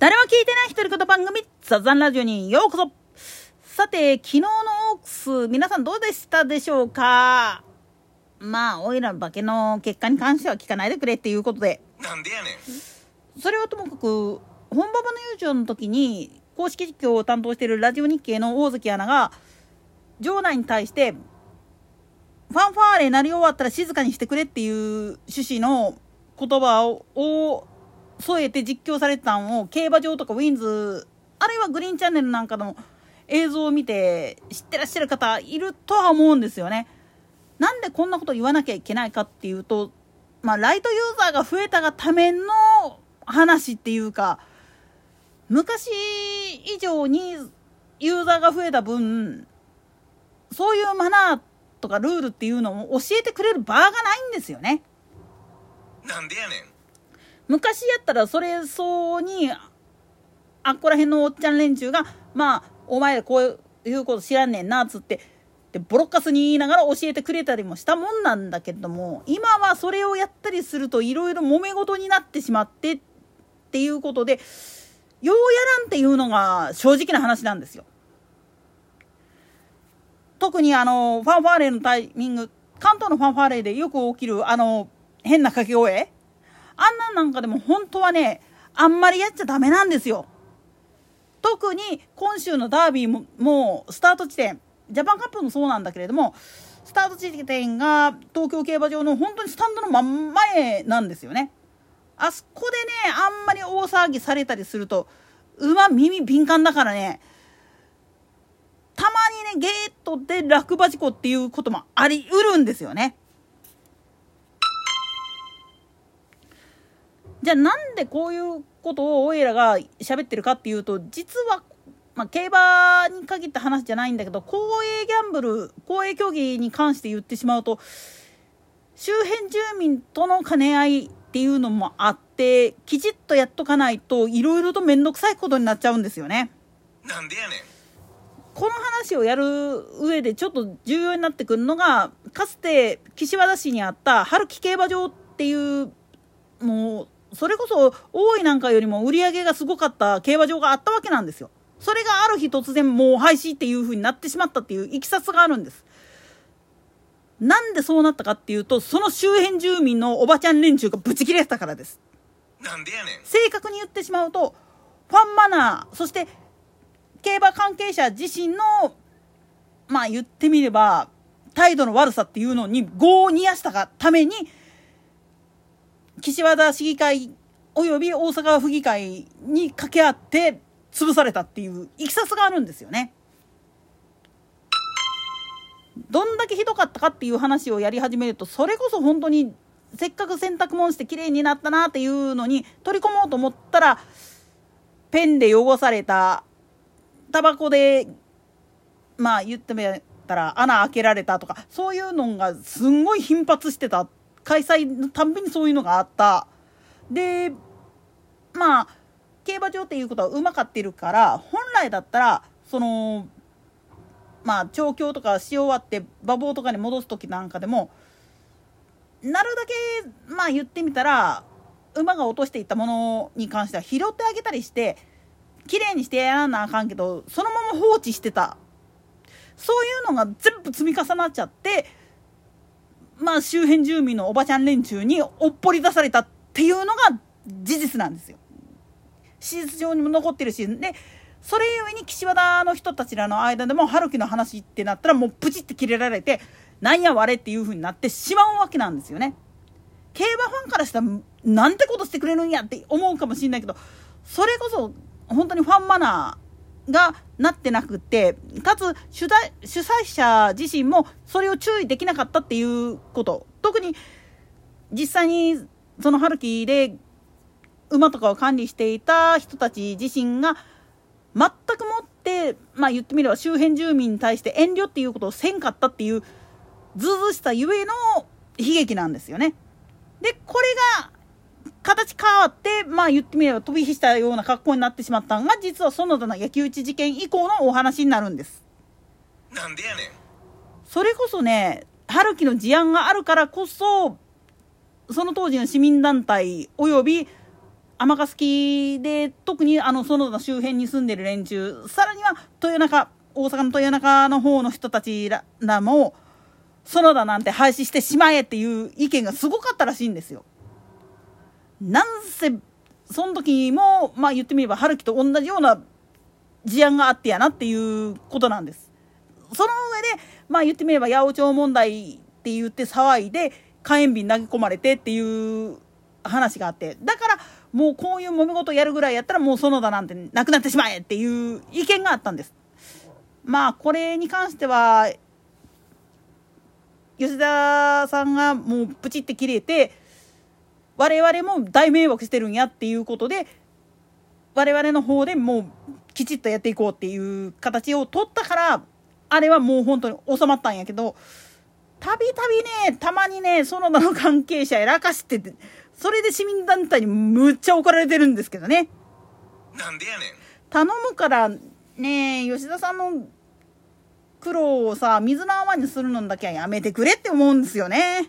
誰も聞いてない独り言番組雑談ラジオにようこそ。さて、昨日のオークス皆さんどうでしたでしょうか。まあおいらの化けの結果に関しては聞かないでくれっていうことで、 なんでやねん。 それはともかく本馬場の優勝の時に公式実況を担当しているラジオ日経の大関アナが場内に対してファンファーレ鳴り終わったら静かにしてくれっていう趣旨の言葉を添えて実況されてたのを競馬場とかウィンズあるいはグリーンチャンネルなんかの映像を見て知ってらっしゃる方いるとは思うんですよね。なんでこんなこと言わなきゃいけないかっていうと、ライトユーザーが増えたがための話っていうか、昔以上にユーザーが増えた分そういうマナーとかルールっていうのを教えてくれる場がないんですよね。 なんでやねん。 昔やったらそれそうにあっこら辺のおっちゃん連中がお前らこういうこと知らんねんなっつってでボロッカスに言いながら教えてくれたりもしたもんなんだけども、今はそれをやったりするといろいろ揉め事になってしまってっていうことでようやらんっていうのが正直な話なんですよ。特にファンファーレのタイミング、関東のファンファーレでよく起きる変な掛け声、なんかでも本当はねあんまりやっちゃダメなんですよ。特に今週のダービーもスタート地点、ジャパンカップもそうなんだけれども、スタート地点が東京競馬場の本当にスタンドの真ん前なんですよね。あそこでねあんまり大騒ぎされたりすると馬耳敏感だからね、たまにねゲートで落馬事故っていうこともありうるんですよね。じゃあなんでこういうことをおいらが喋ってるかっていうと、実は、競馬に限った話じゃないんだけど、公営ギャンブル、公営競技に関して言ってしまうと周辺住民との兼ね合いっていうのもあって、きちっとやっとかないといろいろと面倒くさいことになっちゃうんですよね。 なんでやねん。 この話をやる上でちょっと重要になってくるのが、かつて岸和田市にあった春木競馬場っていう、もうそれこそ大井なんかよりも売り上げがすごかった競馬場があったわけなんですよ。それがある日突然もう廃止っていう風になってしまったっていういきさつがあるんです。なんでそうなったかっていうと、その周辺住民のおばちゃん連中がブチ切れてたからです。 なんでやねん。 正確に言ってしまうと、ファンマナー、そして競馬関係者自身の言ってみれば態度の悪さっていうのに業を煮やしたがために、岸和田市議会および大阪府議会に掛け合って潰されたっていういきさつがあるんですよね。どんだけひどかったかっていう話をやり始めると、それこそ本当にせっかく洗濯物して綺麗になったなっていうのに取り込もうと思ったら、ペンで汚された、タバコで言ってみたら穴開けられたとか、そういうのがすんごい頻発してた。開催のたんびにそういうのがあった。で競馬場っていうことは馬飼ってるから、本来だったら調教とかし終わって馬房とかに戻す時なんかでもなるだけ言ってみたら馬が落としていったものに関しては拾ってあげたりしてきれいにしてやらなあかんけど、そのまま放置してた。そういうのが全部積み重なっちゃって、周辺住民のおばちゃん連中におっぽり出されたっていうのが事実なんですよ。史実上にも残ってるし、でそれゆえに岸和田の人たちらの間でも春樹の話ってなったらもうプチって切れられて、なんやわれっていう風になってしまうわけなんですよね。競馬ファンからしたらなんてことしてくれるんやって思うかもしれないけど、それこそ本当にファンマナーがなってなくて、かつ主催者自身もそれを注意できなかったっていうこと、特に実際にその春樹で馬とかを管理していた人たち自身が全くもって言ってみれば周辺住民に対して遠慮っていうことをせんかったっていうずうずうしさゆえの悲劇なんですよね。でこれが形変わって言ってみれば飛び火したような格好になってしまったのが、実は園田の焼き討ち事件以降のお話になるんです。 なんでやねん。 それこそね、春樹の事案があるからこそその当時の市民団体および尼崎で特に園田周辺に住んでる連中、さらには大阪の豊中の方の人たちらも園田なんて廃止してしまえっていう意見がすごかったらしいんですよ。なんせその時も言ってみれば春樹と同じような事案があってやなっていうことなんです。その上で言ってみれば八百長問題って言って騒いで火炎瓶投げ込まれてっていう話があって、だからもうこういう揉め事やるぐらいやったらもう園田なんてなくなってしまえっていう意見があったんです。これに関しては吉田さんがもうプチって切れて、我々も大迷惑してるんやっていうことで我々の方でもうきちっとやっていこうっていう形を取ったから、あれはもう本当に収まったんやけど、たびたびね、たまにね、園田の関係者やらかしてて、それで市民団体にむっちゃ怒られてるんですけどね。 なんでやねん。 頼むからね、吉田さんの苦労をさ、水の泡にするのだけはやめてくれって思うんですよね。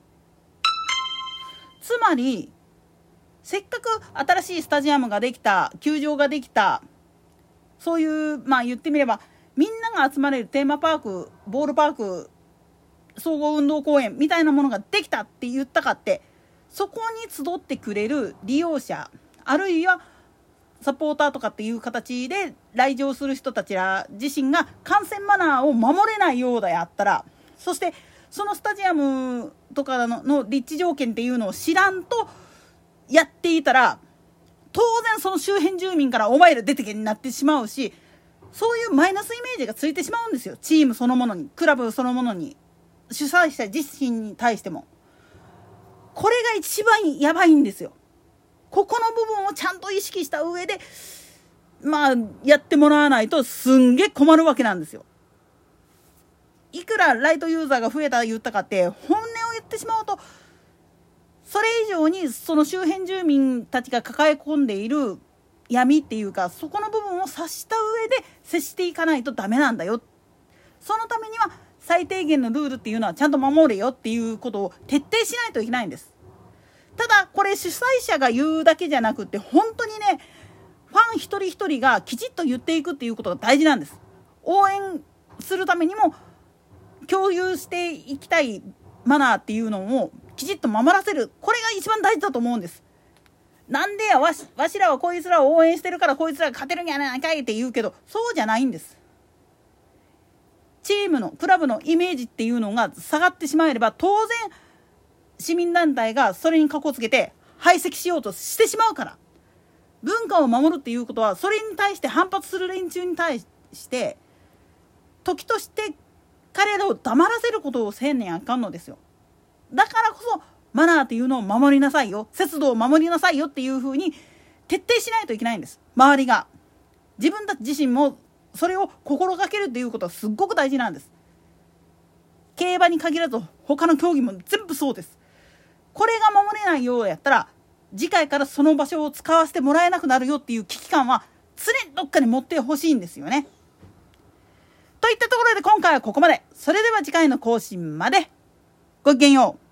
つまりせっかく新しいスタジアムができた、球場ができた、そういう言ってみればみんなが集まれるテーマパーク、ボールパーク、総合運動公園みたいなものができたって言ったかって、そこに集ってくれる利用者、あるいはサポーターとかっていう形で来場する人たちら自身が感染マナーを守れないようであったら、そしてそのスタジアムとかの立地条件っていうのを知らんとやっていたら、当然その周辺住民からお前ら出てけになってしまうし、そういうマイナスイメージがついてしまうんですよ。チームそのものに、クラブそのものに、主催者自身に対しても。これが一番やばいんですよ。ここの部分をちゃんと意識した上でやってもらわないとすんげえ困るわけなんですよ。いくらライトユーザーが増えた言ったかって、本音を言ってしまうと、それ以上にその周辺住民たちが抱え込んでいる闇っていうか、そこの部分を察した上で接していかないとダメなんだよ。そのためには最低限のルールっていうのはちゃんと守れよっていうことを徹底しないといけないんです。ただこれ主催者が言うだけじゃなくて、本当にね、ファン一人一人がきちっと言っていくっていうことが大事なんです。応援するためにも共有していきたいマナーっていうのをきちっと守らせる、これが一番大事だと思うんです。なんでやわしらはこいつらを応援してるからこいつらが勝てるんやないかいって言うけど、そうじゃないんです。チームのクラブのイメージっていうのが下がってしまえれば、当然市民団体がそれにかこつけて排斥しようとしてしまうから。文化を守るっていうことは、それに対して反発する連中に対して時として彼らを黙らせることをせんねんあかんのですよ。だからこそマナーっていうのを守りなさいよ、節度を守りなさいよっていう風に徹底しないといけないんです。周りが、自分たち自身もそれを心がけるっていうことはすっごく大事なんです。競馬に限らず他の競技も全部そうです。これが守れないようやったら、次回からその場所を使わせてもらえなくなるよっていう危機感は常にどっかに持ってほしいんですよね。といったところで今回はここまで。それでは次回の更新まで。ごきげんよう。